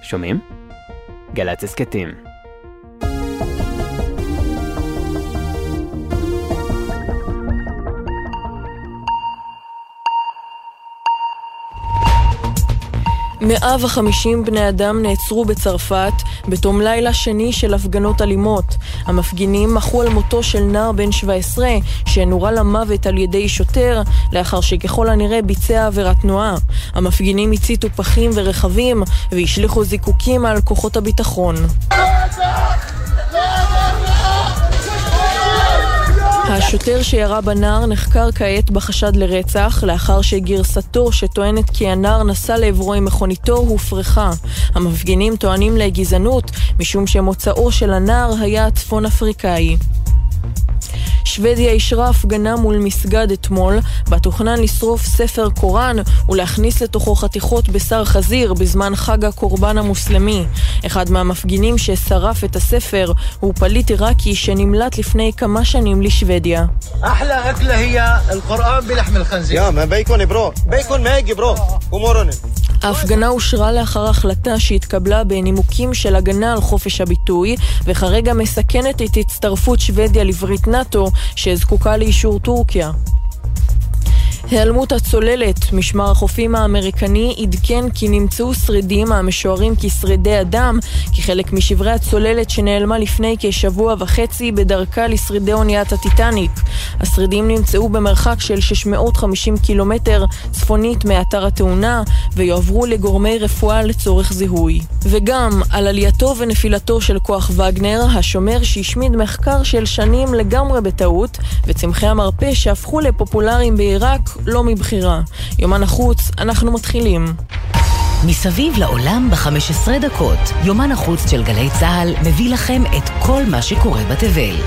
שומעים? גל"צ הסכתים. מאה 150 בני אדם נעצרו בצרפת בתום לילה שני של הפגנות אלימות. המפגינים מחו על מותו של נער בן 17 שנורה למוות על ידי שוטר לאחר שככל הנראה ביצע עבירת תנועה. המפגינים הציתו פחים ורכבים והשליחו זיקוקים על כוחות הביטחון. השוטר שירה בנער נחקר כעת בחשד לרצח לאחר שגרסתו שטוענת כי הנער נסע לעברו עם מכוניתו הופרחה. המפגינים טוענים לגזענות משום שמוצאו של הנער היה צפון אפריקאי. שוודיה אישרה הפגנה מול מסגד אתמול, בה תוכנן לשרוף ספר קוראן ולהכניס לתוכו חתיכות בשר חזיר בזמן חג הקורבן המוסלמי. אחד מהמפגינים ששרף את הספר הוא פליט עיראקי שנמלט לפני כמה שנים לשוודיה. אחלה אכלה היא القرآن بلحم الخنزير. יא, מה בייקון ברו? בייקון מהגי ברו. ומורונן. ההפגנה אושרה לאחר החלטה שהתקבלה בנימוקים של הגנה על חופש הביטוי, וכרגע מסכנת את הצטרפות שוודיה לברית נאטו שזקוקה לאישור טורקיה. העלמות הצוללת, משמר החופים האמריקני עדכן כי נמצאו שרידים המשוערים כשרידי אדם, כחלק משברי הצוללת שנעלמה לפני כשבוע וחצי בדרכה לשרידי אוניית הטיטניק. השרידים נמצאו במרחק של 650 קילומטר צפונית מאתר התאונה, ויועברו לגורמי רפואה לצורך זיהוי. וגם על עלייתו ונפילתו של כוח וגנר, השומר שהשמיד מחקר של שנים לגמרי בטעות, וצמחי המרפא שהפכו לפופולריים בעיראק לא מבחירה. יומן החוץ, אנחנו מתחילים. מסביב לעולם ב-15 דקות. יומן החוץ של גלי צהל מביא לכם את כל מה שקורה בתבל.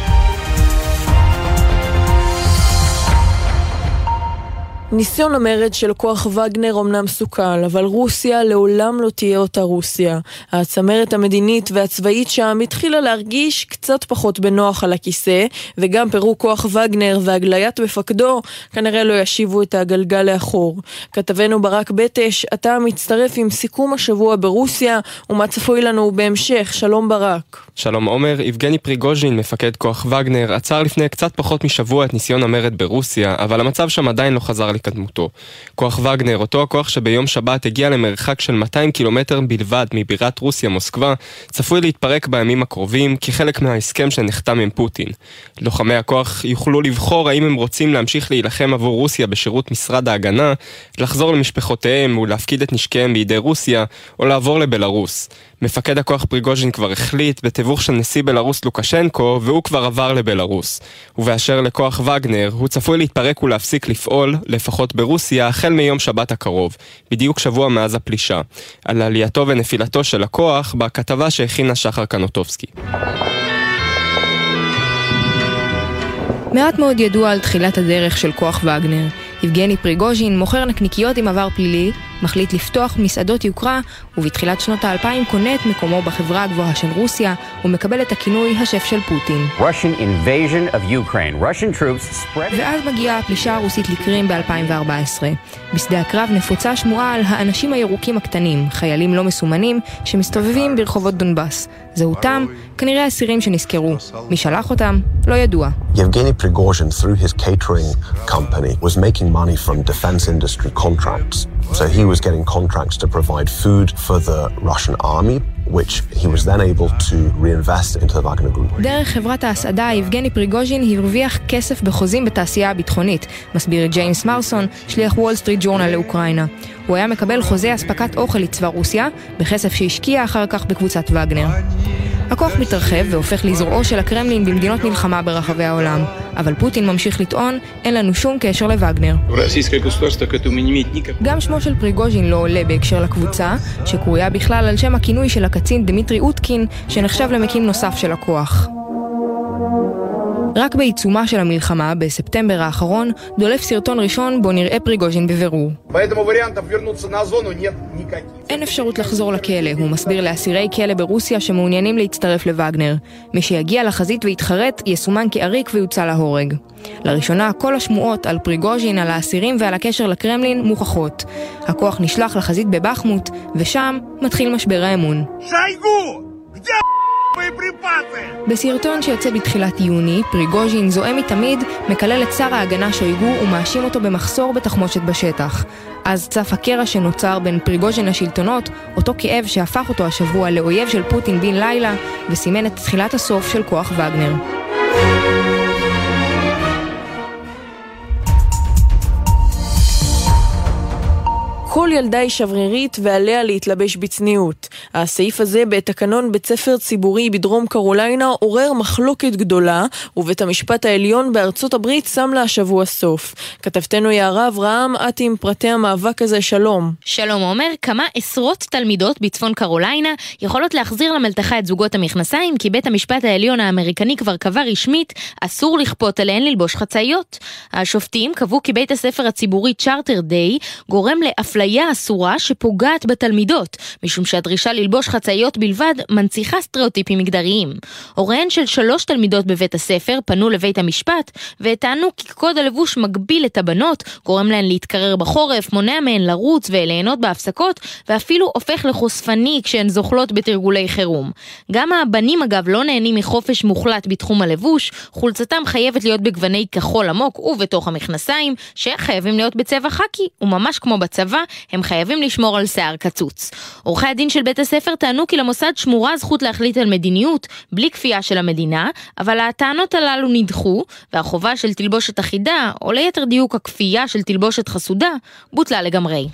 ניסיון המרד של כוח וגנר אומנם סוכל, אבל רוסיה לעולם לא תהיה אותה רוסיה. הצמרת המדינית והצבאית שם התחילה להרגיש קצת פחות בנוח על הכיסא, וגם פירוק כוח וגנר והגליית מפקדו כנראה לא ישיבו את הגלגל לאחור. כתבנו ברק בטש, אתה מצטרף עם סיכום השבוע ברוסיה, ומה צפוי לנו בהמשך. שלום ברק. שלום עומר. יבגני פריגוז'ין, מפקד כוח וגנר, עצר לפני קצת פחות משבוע את ניסיון המרד ברוסיה, אבל המצב שם עדיין לא חזר לקדמותו. כוח וגנר, אותו הכוח שביום שבת הגיע למרחק של 200 קילומטר בלבד מבירת רוסיה מוסקבה, צפוי להתפרק בימים הקרובים כחלק מההסכם שנחתם עם פוטין. לוחמי הכוח יוכלו לבחור האם הם רוצים להמשיך להילחם עבור רוסיה בשירות משרד ההגנה, לחזור למשפחותיהם ולהפקיד את נשקיהם בידי רוסיה, או לעבור לבלרוס. מפקד הכוח פריגוז'ין כבר החליט בתיווך של נשיא בלרוס לוקשנקו, והוא כבר עבר לבלרוס. ובאשר לכוח וגנר, הוא צפוי להתפרק ולהפסיק לפעול, לפחות ברוסיה, החל מיום שבת הקרוב, בדיוק שבוע מאז הפלישה. על עלייתו ונפילתו של הכוח, בכתבה שהכינה שחר קנוטובסקי. מעט מאוד ידוע על תחילת הדרך של כוח וגנר. יבגני פריגוז'ין, מוכר נקניקיות עם עבר פלילי, מחליט לפתוח מסעדות יוקרה, ובתחילת שנות ה-2000 קונה את מקומו בחברה הגבוהה של רוסיה, ומקבל את הכינוי השף של פוטין. Russian invasion of Ukraine. Russian troops spread... ואז מגיעה הפלישה הרוסית לקרים ב-2014. בשדה הקרב נפוצה שמועה על האנשים הירוקים הקטנים, חיילים לא מסומנים, שמסתובבים ברחובות דונבאס. זהותם, כנראה אסירים שנזכרו. מי שלח אותם? לא ידוע. Yevgeny Prigozhin, through his catering company, was making money from defense industry contracts. So he was getting contracts to provide food for the Russian army, which he was then able to reinvest into the Wagner Group. דרך חברת ההסעדה, יבגני פריגוז'ין הרוויח כסף בחוזים בתעשייה הביטחונית, מסביר ג'יימס מרסון, שליח וול סטריט ג'ורנל לאוקראינה. הוא היה מקבל חוזה הספקת אוכל לצבא רוסיה, בכסף שהשקיע אחר כך בקבוצת וגנר. הכוח מתרחב והופך לזרועו של הקרמלין במדינות מלחמה ברחבי העולם. אבל פוטין ממשיך לטעון, אין לנו שום קשר לווגנר. גם שמו של פריגוז'ין לא עולה בהקשר לקבוצה, שקרויה בכלל על שם הכינוי של הקצין דמיטרי אוטקין, שנחשב למקים נוסף של הכוח. רק בעיצומה של המלחמה, בספטמבר האחרון, דולף סרטון ראשון בו נראה פריגוז'ין בבירור. אין אפשרות לחזור לכלא, הוא מסביר לאסירי כלא ברוסיה שמעוניינים להצטרף לווגנר. מי שיגיע לחזית והתחרט יסומן כעריק ויוצא להורג. לראשונה, כל השמועות על פריגוז'ין, על האסירים ועל הקשר לקרמלין מוכחות. הכוח נשלח לחזית בבחמוט, ושם מתחיל משבר האמון. שייגו! בסרטון שיוצא בתחילת יוני, פריגוז'ין זועם מתמיד, מקלל את שר ההגנה שויגו ומאשים אותו במחסור בתחמושת בשטח. אז צף הקרע שנוצר בין פריגוז'ין לשלטונות, אותו כאב שהפך אותו השבוע לאויב של פוטין בן לילה, וסימן את תחילת הסוף של כוח וגנר. כל ילדה היא שברירית ועליה להתלבש בצניעות. הסעיף הזה בתקנון בית ספר ציבורי בדרום קרוליינה עורר מחלוקת גדולה, ובית המשפט העליון בארצות הברית שם לה השבוע סוף. כתבתנו יערה אברהם, את עם פרטי המאבק הזה, שלום. שלום עומר, כמה עשרות תלמידות בצפון קרוליינה יכולות להחזיר למלתחה את זוגות המכנסיים, כי בית המשפט העליון האמריקני כבר קבע רשמית, אסור לכפות עליהן ללבוש חצאיות. השופטים קבעו כי בית הספר הציבורי צ'ארטר דיי גורם לאפליה אסורה שפוגעת בתלמידות, משום שהדרישה ללבוש חצאיות בלבד מנציחה סטריאוטיפים מגדריים. הוריהן של 3 תלמידות בבית הספר פנו לבית המשפט וטענו כי קוד הלבוש מגביל את הבנות, גורם להן להתקרר בחורף, מונע מהן לרוץ וליהנות בהפסקות, ואפילו הופך לחושפני כשהן זוכלות בתרגולי חירום. גם הבנים אגב לא נהנים מחופש מוחלט בתחום הלבוש, חולצתם חייבת להיות בגווני כחול עמוק ובתוך המכנסיים, שחייבים להיות בצבע חקי, וממש כמו בצבא, הם חייבים לשמור על שיער קצוץ. עורכי הדין של בית הספר טענו כי למוסד שמורה זכות להחליט על מדיניות בלי כפייה של המדינה, אבל הטענות הללו נדחו, והחובה של תלבושת אחידה, או ליתר דיוק הכפייה של תלבושת חסודה, בוטלה לגמרי.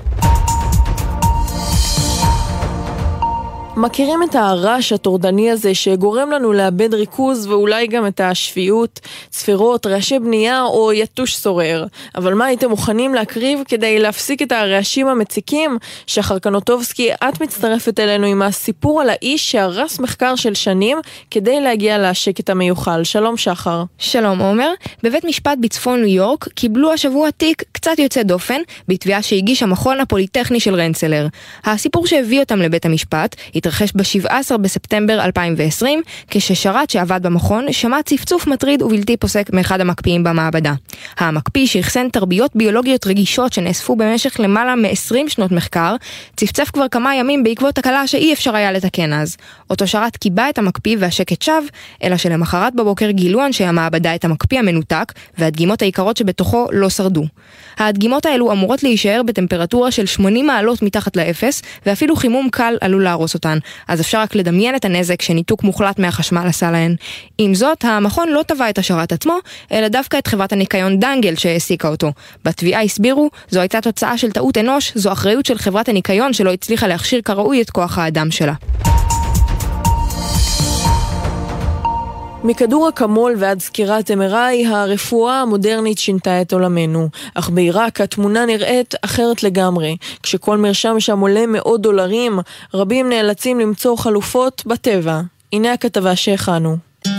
מכירים את הרעש הטורדני הזה שגורם לנו לאבד ריכוז ואולי גם את השפיות, צפירות, רעשי בנייה או יתוש סורר. אבל מה הייתם מוכנים להקריב כדי להפסיק את הרעשים המציקים? שחר קנוטובסקי, את מצטרפת אלינו עם הסיפור על האיש שהרס מחקר של שנים כדי להגיע לשקט המיוחל. שלום שחר. שלום עומר. בבית משפט בצפון ניו יורק קיבלו השבוע תיק קצת יוצא דופן בתביעה שהגיש המכון הפוליטכני של רנצלר. הסיפור שהביא אותם לבית המשפט התרחש ב-17 בספטמבר 2020, כששרת שעבד במכון שמע צפצוף מטריד ובלתי פוסק מאחד המקפיאים במעבדה. המקפיא שהחסן תרביות ביולוגיות רגישות שנאספו במשך למעלה מ-20 שנות מחקר, צפצף כבר כמה ימים בעקבות תקלה שאי אפשר היה לתקן אז. אותו שרת קיבע את המקפיא והשקט שב, אלא שלמחרת בבוקר גילו אנשי המעבדה את המקפיא המנותק, והדגימות העיקרות שבתוכו לא שרדו. הדגימות האלו אמורות להישאר בטמפרטורה של 80 מעלות מתחת לאפס, ואפילו חימום קל עלול להרוס אותן. אז אפשר רק לדמיין את הנזק שניתוק מוחלט מהחשמל עשה להן. עם זאת, המכון לא טבע את השרת עצמו, אלא דווקא את חברת הניקיון דנגל שהעסיקה אותו. בתביעה הסבירו, זו הייתה תוצאה של טעות אנוש, זו אחריות של חברת הניקיון שלא הצליחה להכשיר כראוי את כוח האדם שלה. מכדור הקמול ועד סקירת MRI, הרפואה המודרנית שינתה את עולמנו. אך בעיראק התמונה נראית אחרת לגמרי. כשכל מרשם שם עולה $100, רבים נאלצים למצוא חלופות בטבע. הנה הכתבה שהכנו.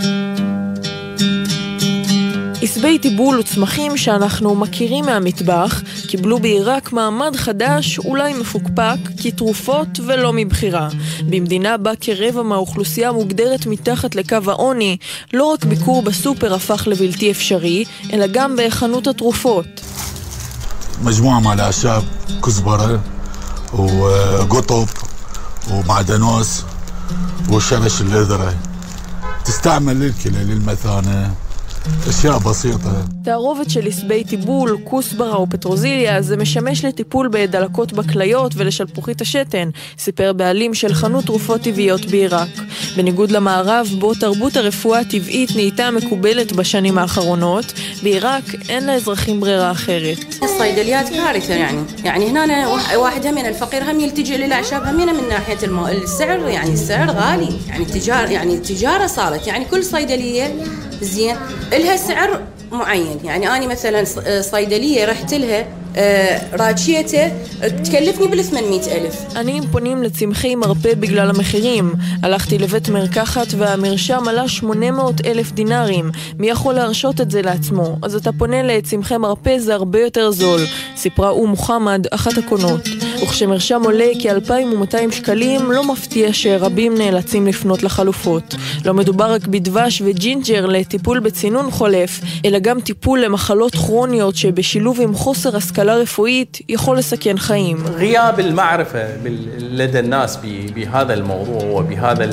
עשבי טיבול וצמחים שאנחנו מכירים מהמטבח קיבלו בעיראק מעמד חדש, אולי מפוקפק, כתרופות ולא מבחירה. במדינה בה כרבע מהאוכלוסייה מוגדרת מתחת לקו העוני, לא רק ביקור בסופר הפך לבלתי אפשרי, אלא גם בחנות התרופות. مجموعة مع الأعشاب كزبرة وقطب ومعدنوس وشرش الإذرة تستعمل للكلى للمثانة אשיה בסיטה. תערובת של עשבי טיבול, כוסברה או פטרוזיליה זה משמש לטיפול בדלקות בכליות ולשלפוחית השתן, סיפר בעלים של חנות תרופות טבעיות בעיראק. בניגוד למערב בו תרבות הרפואה הטבעית נהייתה מקובלת בשנים האחרונות, בעיראק אין לאזרחים ברירה אחרת. الصيدليات كارثة يعني هنا واحد من الفقير هم يلتجئ للأعشاب همين من ناحية السعر يعني السعر غالي يعني التجارة صارت يعني كل صيدلية زين لها سعر معين يعني أنا مثلا صيدلية رحت لها راتشيته تكلفني ب800,000. אני פונים לצמחי מרפא בגלל המחירים. הלכתי לבית מרקחת והמרשם עלה 800,000 דינרים. מי יכול להרשות את זה לעצמו? אז אתה פונה לצמחי מרפא, זה הרבה יותר זול, סיפרה מוחמד, אחת הקונות. וכשמרשם עולה כ2,200 שקלים, לא מפתיע שרבים נאלצים לפנות לחלופות. לא מדובר רק בדבש וג'ינג'ר לטיפול בצינון חולף, אלא גם טיפול למחלות כרוניות שבשילוב עם חוסר השכלה רפואית יכול לסכן חיים. غياب المعرفة لدى الناس بهذا الموضوع وبهذا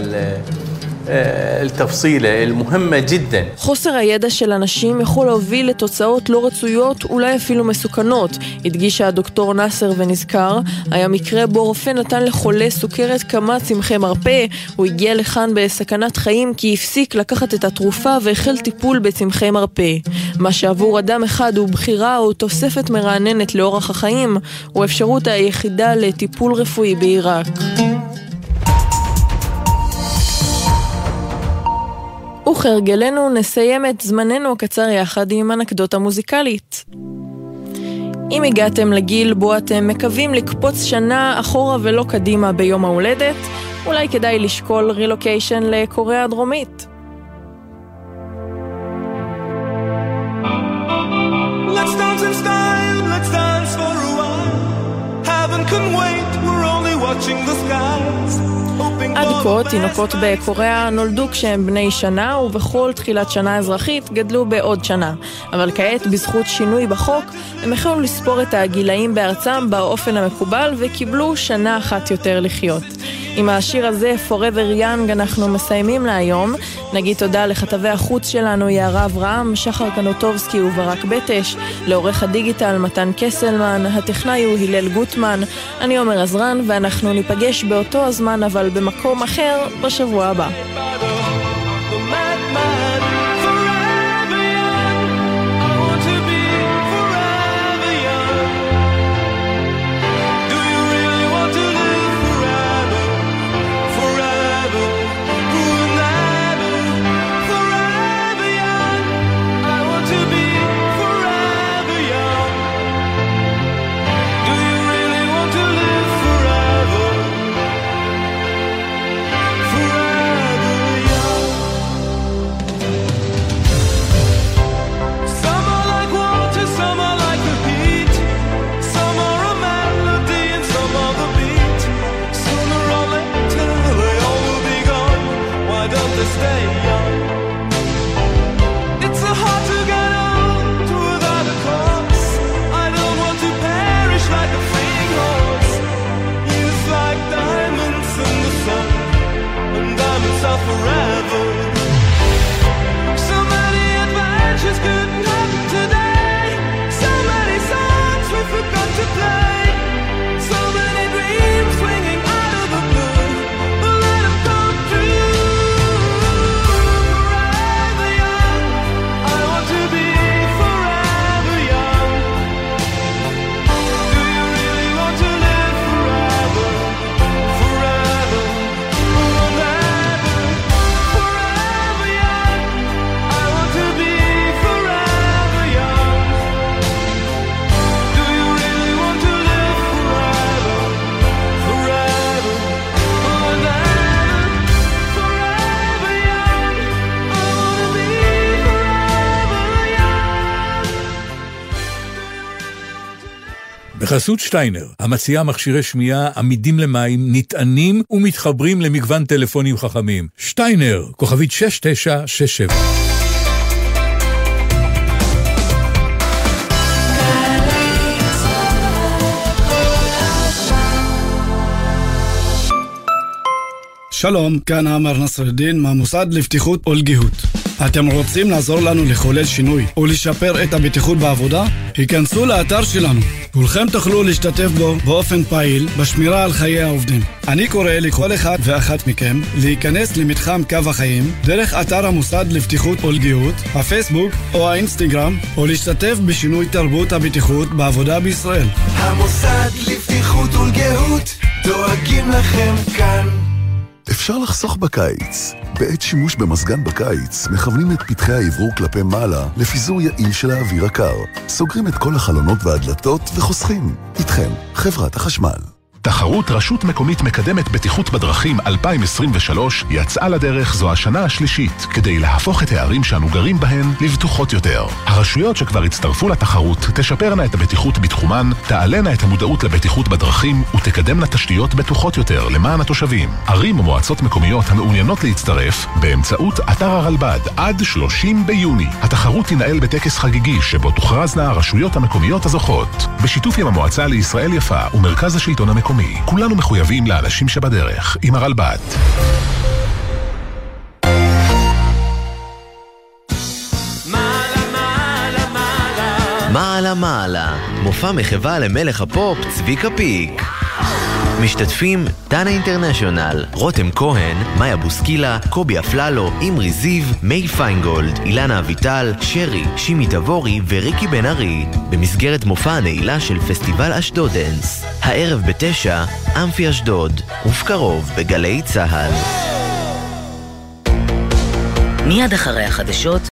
التفصيلة المهمة جدا. חוסר הידע של אנשים יכול להוביל לתוצאות לא רצויות, אולי אפילו מסוכנות, הדגישה הדוקטור נאסר ונזכר. היה מקרה בו רופא נתן לחולה סוכרת כמה צמחי מרפא. הוא הגיע לכאן בסכנת חיים כי הפסיק לקחת את התרופה והחל טיפול בצמחי מרפא. מה שעבור אדם אחד הוא בחירה או תוספת מרעננת לאורח החיים, הוא אפשרות היחידה לטיפול רפואי בעיראק. וכהרגלנו נסיים את זמננו הקצר יחד עם אנקדוטה מוזיקלית. אם הגעתם לגיל בו אתם מקווים לקפוץ שנה אחורה ולא קדימה ביום ההולדת, אולי כדאי לשקול רילוקיישן לקוריאה הדרומית. Let's dance in style, let's dance for a while. Heaven can wait, we're only watching the skies. עד כה תינוקות בקוריאה נולדו כשהם בני שנה, ובכל תחילת שנה אזרחית גדלו בעוד שנה. אבל כעת, בזכות שינוי בחוק, הם החלו לספור את הגילאים בארצם באופן המקובל וקיבלו שנה אחת יותר לחיות. עם השיר הזה, Forever Young, אנחנו מסיימים להיום. נגיד תודה לכתבי החוץ שלנו יערה אברהם, שחר קנוטובסקי וברק בטש, לעורך הדיגיטל מתן קסלמן, הטכנאי הוא הלל גוטמן, אני עומר עזרן, ואנחנו ניפגש באותו הזמן אבל במקום אחר בשבוע הבא. בחסות שטיינר, המציעה מכשירי שמיעה עמידים למים, נטענים ומתחברים למגוון טלפונים חכמים. שטיינר, כוכבית 6967. שלום, כאן עמר נסרדין מהמוסד לבטיחות ולגיהות. אתם רוצים לעזור לנו לחולל שינוי ולשפר את הבטיחות בעבודה? היכנסו לאתר שלנו. כולכם תוכלו להשתתף בו באופן פעיל בשמירה על חיי העובדים. אני קורא לכל אחד ואחת מכם להיכנס למתחם קו החיים דרך אתר המוסד לבטיחות ולגיהות, הפייסבוק או האינסטגרם, או להשתתף בשינוי תרבות הבטיחות בעבודה בישראל. המוסד לבטיחות ולגיהות דואגים לכם כאן. אפשר לחסוך בקיץ. בעת שימוש במזגן בקיץ, מכוונים את פתחי האוורור כלפי מעלה לפיזור יעיל של האוויר הקר. סוגרים את כל החלונות והדלתות וחוסכים. איתכם, חברת החשמל. תחרות רשות מקומית מקדמת בטיחות בדרכים 2023 יצאה לדרך זו השנה השלישית כדי להפוך את הערים שאנו גרים בהן לבטוחות יותר. הרשויות שכבר הצטרפו לתחרות תשפרנה את הבטיחות בתחומן, תעלנה את המודעות לבטיחות בדרכים ותקדמנה תשתיות בטוחות יותר למען התושבים. ערים ומועצות מקומיות המעוניינות להצטרף באמצעות אתר הרלב"ד עד 30 ביוני. התחרות תנהל בטקס חגיגי שבו תוכרזנה הרשויות המקומיות הזוכות. בשיתוף עם המועצה לישראל יפה ומרכז השלטון המקומי. כולנו מחויבים לאנשים שבדרך עם הרלב"ד. מעלה מעלה, מופע מחווה למלך הפופ צביקה פיק. משתתפים דנה אינטרנשיונל, רותם כהן, מאיה בוסקילה, קובי אפללו, אמרי זיו, מי פיינגולד, אילנה אביטל, שרי, שימי תבורי וריקי בן ארי, במסגרת מופע הנעילה של פסטיבל אשדודנס. הערב ב9, אמפי אשדוד, ובקרוב בגלי צהל. מיד אחרי החדשות